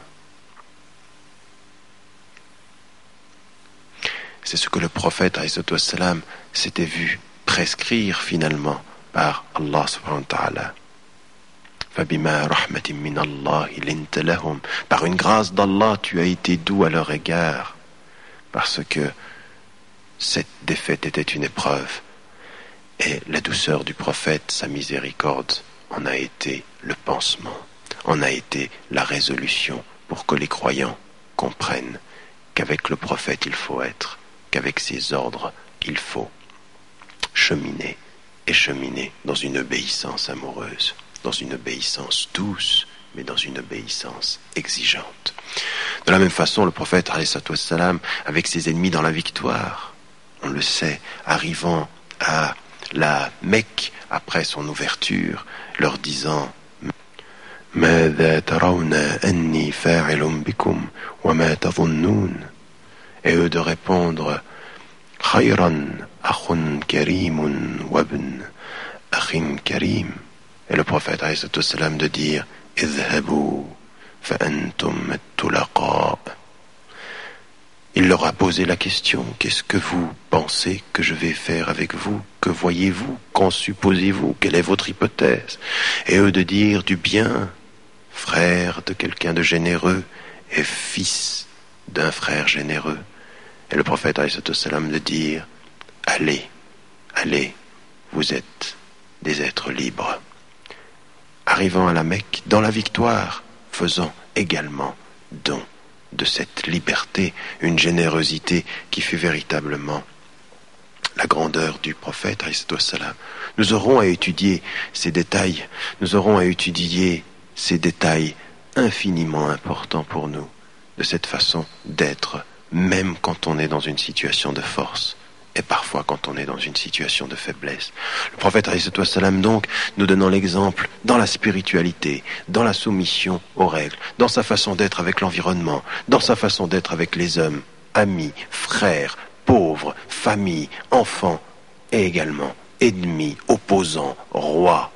C'est ce que le prophète alayhi salam s'était vu prescrire finalement par Allah subhanahu wa ta'ala. فَبِمَا رَحْمَةٍ مِّنَ اللَّهِ لِنْتَ لَهُمْ. Par une grâce d'Allah, tu as été doux à leur égard, parce que cette défaite était une épreuve, et la douceur du prophète, sa miséricorde, en a été le pansement, en a été la résolution pour que les croyants comprennent qu'avec le prophète il faut être, qu'avec ses ordres il faut cheminer, et cheminer dans une obéissance amoureuse, dans une obéissance douce, mais dans une obéissance exigeante. De la même façon, le prophète, alayhi salam, avec ses ennemis dans la victoire, on le sait, arrivant à la Mecque après son ouverture, leur disant « ماذا ترون أني فاعل بكم وما تظنون » et eux de répondre « خيرا أخ كريم وابن أخ كريم » et le prophète alayhi salam de dire « اذهبوا فأنتم الطلقاء » Il leur a posé la question, qu'est-ce que vous pensez que je vais faire avec vous? Que voyez-vous? Qu'en supposez-vous? Quelle est votre hypothèse? Et eux de dire du bien, frère de quelqu'un de généreux et fils d'un frère généreux. Et le prophète alayhi salam de dire, allez, allez, vous êtes des êtres libres. Arrivant à la Mecque, dans la victoire, faisant également don de cette liberté, une générosité qui fut véritablement la grandeur du prophète alayhi salam. Nous aurons à étudier ces détails, nous aurons à étudier ces détails infiniment importants pour nous, de cette façon d'être, même quand on est dans une situation de force, et parfois quand on est dans une situation de faiblesse. Le prophète alayhi salam donc nous donnant l'exemple dans la spiritualité, dans la soumission aux règles, dans sa façon d'être avec l'environnement, dans sa façon d'être avec les hommes, amis, frères, pauvres, familles, enfants, et également ennemis, opposants, rois,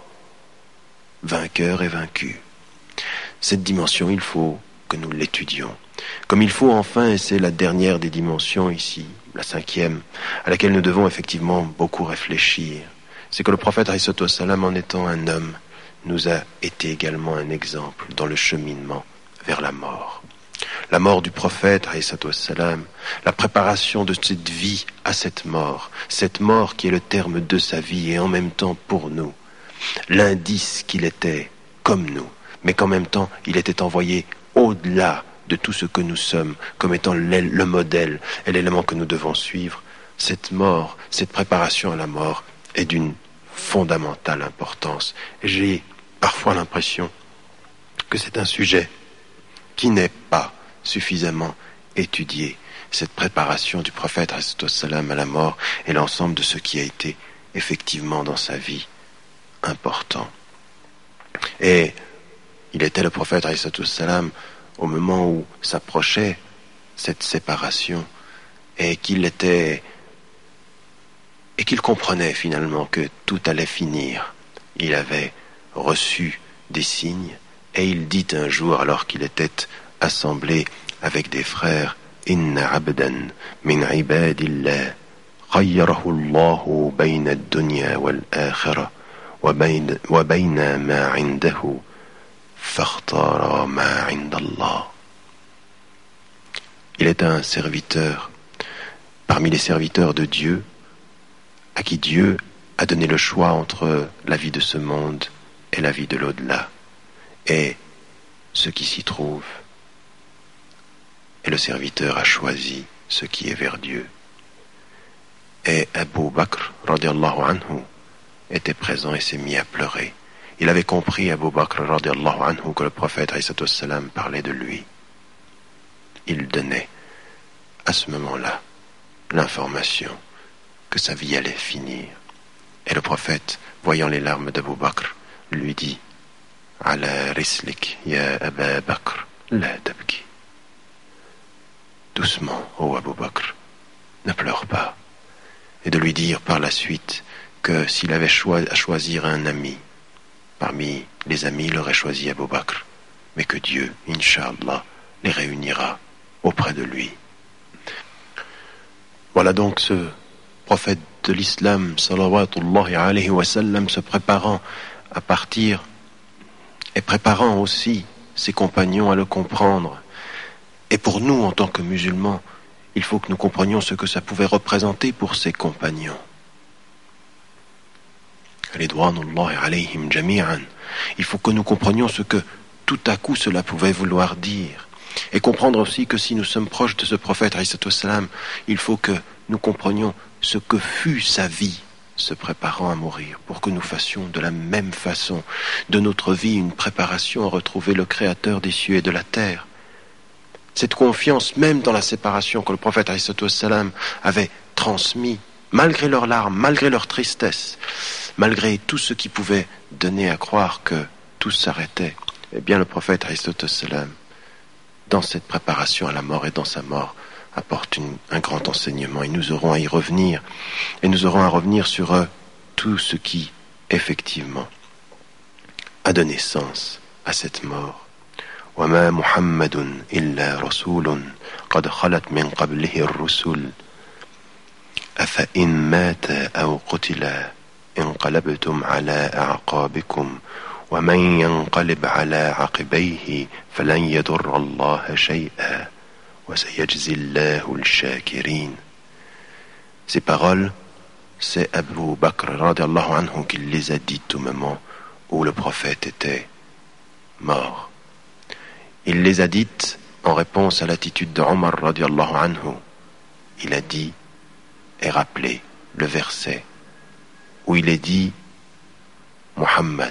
vainqueurs et vaincus. Cette dimension, il faut que nous l'étudions. Comme il faut enfin, et c'est la dernière des dimensions ici, la cinquième, à laquelle nous devons effectivement beaucoup réfléchir, c'est que le prophète alayhi salam, en étant un homme, nous a été également un exemple dans le cheminement vers la mort. La mort du prophète alayhi salam, la préparation de cette vie à cette mort, cette mort qui est le terme de sa vie et en même temps pour nous, l'indice qu'il était comme nous, mais qu'en même temps il était envoyé au-delà de tout ce que nous sommes, comme étant le modèle et l'élément que nous devons suivre. Cette mort, cette préparation à la mort est d'une fondamentale importance. J'ai parfois l'impression que c'est un sujet qui n'est pas suffisamment étudié, cette préparation du prophète alayhi salam à la mort et l'ensemble de ce qui a été effectivement dans sa vie important. Et il était le prophète alayhi salam au moment où s'approchait cette séparation et qu'il était et qu'il comprenait finalement que tout allait finir. Il avait reçu des signes et il dit un jour, alors qu'il était assemblé avec des frères, Inna abdan min ibadillah, khayarahu Allahu bayna ad-dunya wal-akhirah, wa bayna wa bayna ma 'indahu, fakhtara ma 'inda Allah. Il est un serviteur parmi les serviteurs de Dieu, à qui Dieu a donné le choix entre la vie de ce monde et la vie de l'au-delà, et ce qui s'y trouve. Et le serviteur a choisi ce qui est vers Dieu. Et Abu Bakr, radiallahu anhu, était présent et s'est mis à pleurer. Il avait compris, Abu Bakr, radiallahu anhu, que le prophète, alayhi salam, parlait de lui. Il donnait, à ce moment-là, l'information que sa vie allait finir. Et le prophète, voyant les larmes d'Abu Bakr, lui dit « Ala rislik, ya Aba Bakr, la tabki » Doucement, ô Abu Bakr, ne pleure pas. Et de lui dire par la suite que s'il avait choi- à choisir un ami, parmi les amis, il aurait choisi Abu Bakr, mais que Dieu, Inch'Allah, les réunira auprès de lui. Voilà donc ce prophète de l'islam, salawatullahi alayhi wa sallam, se préparant à partir et préparant aussi ses compagnons à le comprendre. Et pour nous, en tant que musulmans, il faut que nous comprenions ce que ça pouvait représenter pour ses compagnons. Ridwanullahi alayhim jami'an. Il faut que nous comprenions ce que tout à coup cela pouvait vouloir dire. Et comprendre aussi que si nous sommes proches de ce prophète, alayhi salam, il faut que nous comprenions ce que fut sa vie, se préparant à mourir, pour que nous fassions de la même façon de notre vie une préparation à retrouver le Créateur des cieux et de la terre. Cette confiance, même dans la séparation que le prophète alayhi salam avait transmis, malgré leurs larmes, malgré leur tristesse, malgré tout ce qui pouvait donner à croire que tout s'arrêtait, eh bien le prophète alayhi salam, dans cette préparation à la mort et dans sa mort, apporte une, un grand enseignement, et nous aurons à y revenir, et nous aurons à revenir sur euh, tout ce qui, effectivement, a donné sens à cette mort. وَمَا مُحَمَّدٌ إِلَّا رَسُولٌ قَدْ خَلَتْ مِنْ قَبْلِهِ الرُّسُلُ أَفَإِنْ مَاتَ أَوْ قُتِلَ انقلبتم على أعقابكم ومن ينقلب على عقبيه فلن يضر الله شيئا وسيجزي الله الشاكرين. Ces paroles, c'est Abu Bakr radiallahu anhu qui les a dites au moment où le prophète était mort. Il les a dites en réponse à l'attitude de Omar radiallahu anhu. Il a dit et rappelé le verset où il est dit Muhammad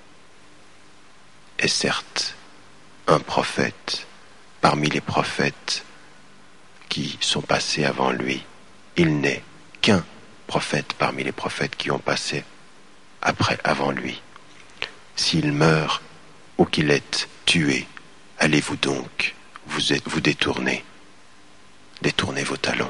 est certes un prophète parmi les prophètes qui sont passés avant lui. Il n'est qu'un prophète parmi les prophètes qui ont passé après avant lui. S'il meurt ou qu'il est tué, allez-vous donc vous, êtes, vous détourner, détournez vos talons.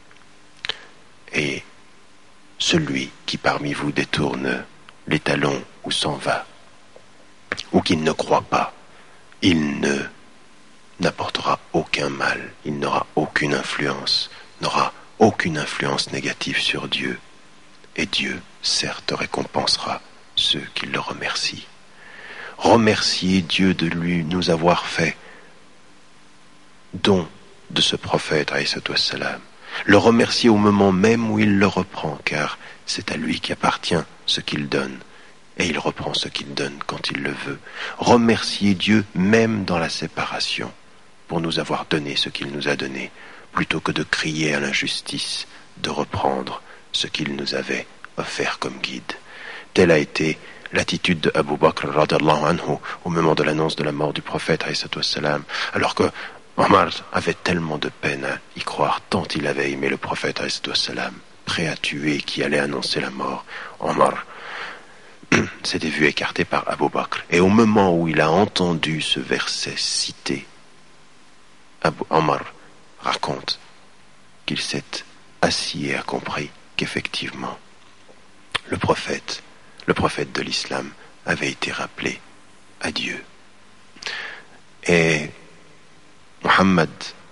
Et celui qui parmi vous détourne les talons ou s'en va, ou qu'il ne croit pas, il ne n'apportera aucun mal, il n'aura aucune influence, n'aura aucune influence négative sur Dieu. Et Dieu, certes, récompensera ceux qui le remercient. Remerciez Dieu de lui nous avoir fait don de ce prophète, alayhi salam. Le remercier au moment même où il le reprend, car c'est à lui qu'appartient ce qu'il donne, et il reprend ce qu'il donne quand il le veut. Remercier Dieu même dans la séparation, pour nous avoir donné ce qu'il nous a donné, plutôt que de crier à l'injustice, de reprendre ce qu'il nous avait offert comme guide. Telle a été l'attitude de Abu Bakr radhiyallahu anhu au moment de l'annonce de la mort du prophète, alayhi salam, alors que Omar avait tellement de peine à y croire, tant il avait aimé le prophète, alayhi salam, prêt à tuer qui allait annoncer la mort. Omar s'était vu écarté par Abu Bakr. Et au moment où il a entendu ce verset cité, Abu Omar raconte qu'il s'est assis et a compris qu'effectivement, le prophète, le prophète de l'islam, avait été rappelé à Dieu. Et Muhammad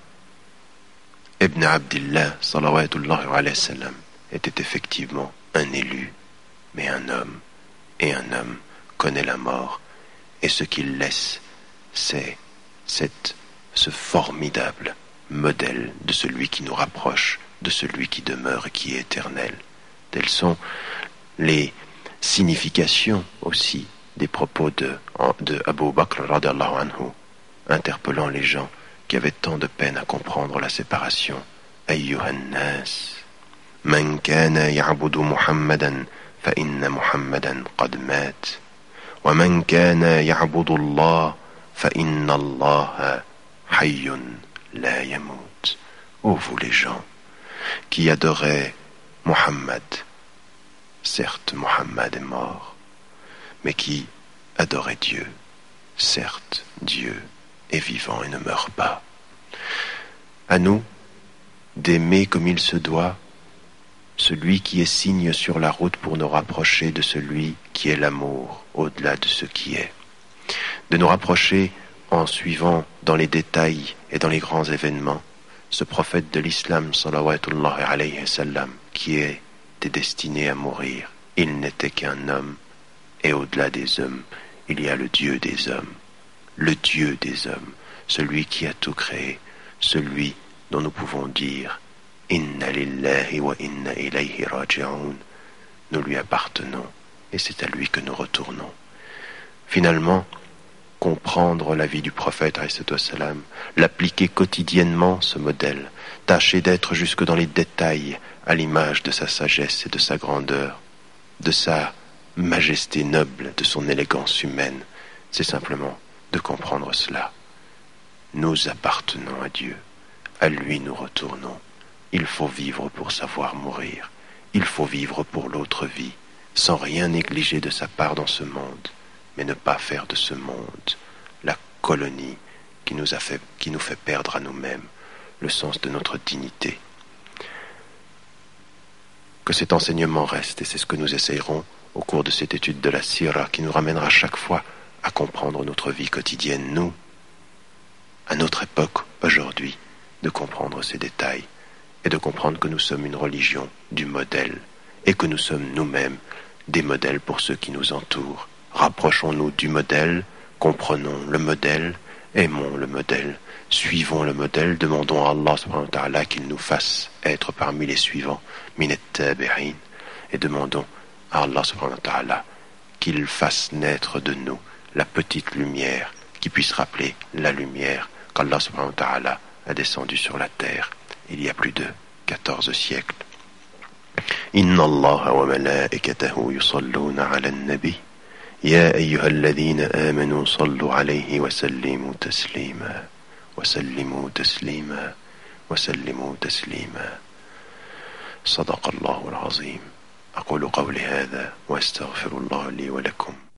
ibn Abdillah salawatullahi alayhi wa sallam était effectivement un élu, mais un homme, et un homme connaît la mort, et ce qu'il laisse, c'est cette, ce formidable modèle de celui qui nous rapproche, de celui qui demeure et qui est éternel. Telles sont les significations aussi des propos de, de Abu Bakr radiallahu anhu, interpellant les gens qui avaient tant de peine à comprendre la séparation. Ayyuhan nas, man kana ya'budu Muhammadan fa inna Muhammadan qad mat, wa man kana ya'budu Allah fa inna Allah hayyun la yamut. Ô vous les gens qui adoraient Muhammad, certes Muhammad est mort, mais qui adoraient Dieu, certes Dieu est vivant et ne meurt pas. À nous d'aimer comme il se doit celui qui est signe sur la route pour nous rapprocher de celui qui est l'amour au-delà de ce qui est. De nous rapprocher en suivant dans les détails et dans les grands événements ce prophète de l'islam salawatullahi alayhi wa sallam qui était destiné à mourir. Il n'était qu'un homme et au-delà des hommes il y a le Dieu des hommes, le Dieu des hommes, celui qui a tout créé, celui dont nous pouvons dire Inna lillahi wa inna ilayhi raji'un. Nous lui appartenons et c'est à lui que nous retournons. Finalement, comprendre la vie du prophète, l'appliquer quotidiennement, ce modèle, tâcher d'être jusque dans les détails à l'image de sa sagesse et de sa grandeur, de sa majesté noble, de son élégance humaine, c'est simplement de comprendre cela. Nous appartenons à Dieu, à lui nous retournons. Il faut vivre pour savoir mourir, il faut vivre pour l'autre vie, sans rien négliger de sa part dans ce monde, mais ne pas faire de ce monde la colonie qui nous, a fait, qui nous fait perdre à nous-mêmes le sens de notre dignité. Que cet enseignement reste, et c'est ce que nous essayerons au cours de cette étude de la Sira, qui nous ramènera chaque fois à comprendre notre vie quotidienne, nous, à notre époque, aujourd'hui, de comprendre ces détails, et de comprendre que nous sommes une religion du modèle, et que nous sommes nous-mêmes des modèles pour ceux qui nous entourent. Rapprochons-nous du modèle, comprenons le modèle, aimons le modèle, suivons le modèle, demandons à Allah subhanahu wa ta'ala qu'il nous fasse être parmi les suivants, minet tabi'in, et demandons à Allah subhanahu wa ta'ala qu'il fasse naître de nous la petite lumière qui puisse rappeler la lumière qu'Allah subhanahu wa ta'ala a descendue sur la terre il y a plus de quatorze siècles. Inna Allah wa malaikatahu yusalluna ala an-nabi ya ayyuha alladhina amanu sallu alayhi wa sallimu taslima wa sallimu taslima wa sallimu taslima. صدق الله العظيم. أقول قولي هذا وأستغفر الله لي ولكم.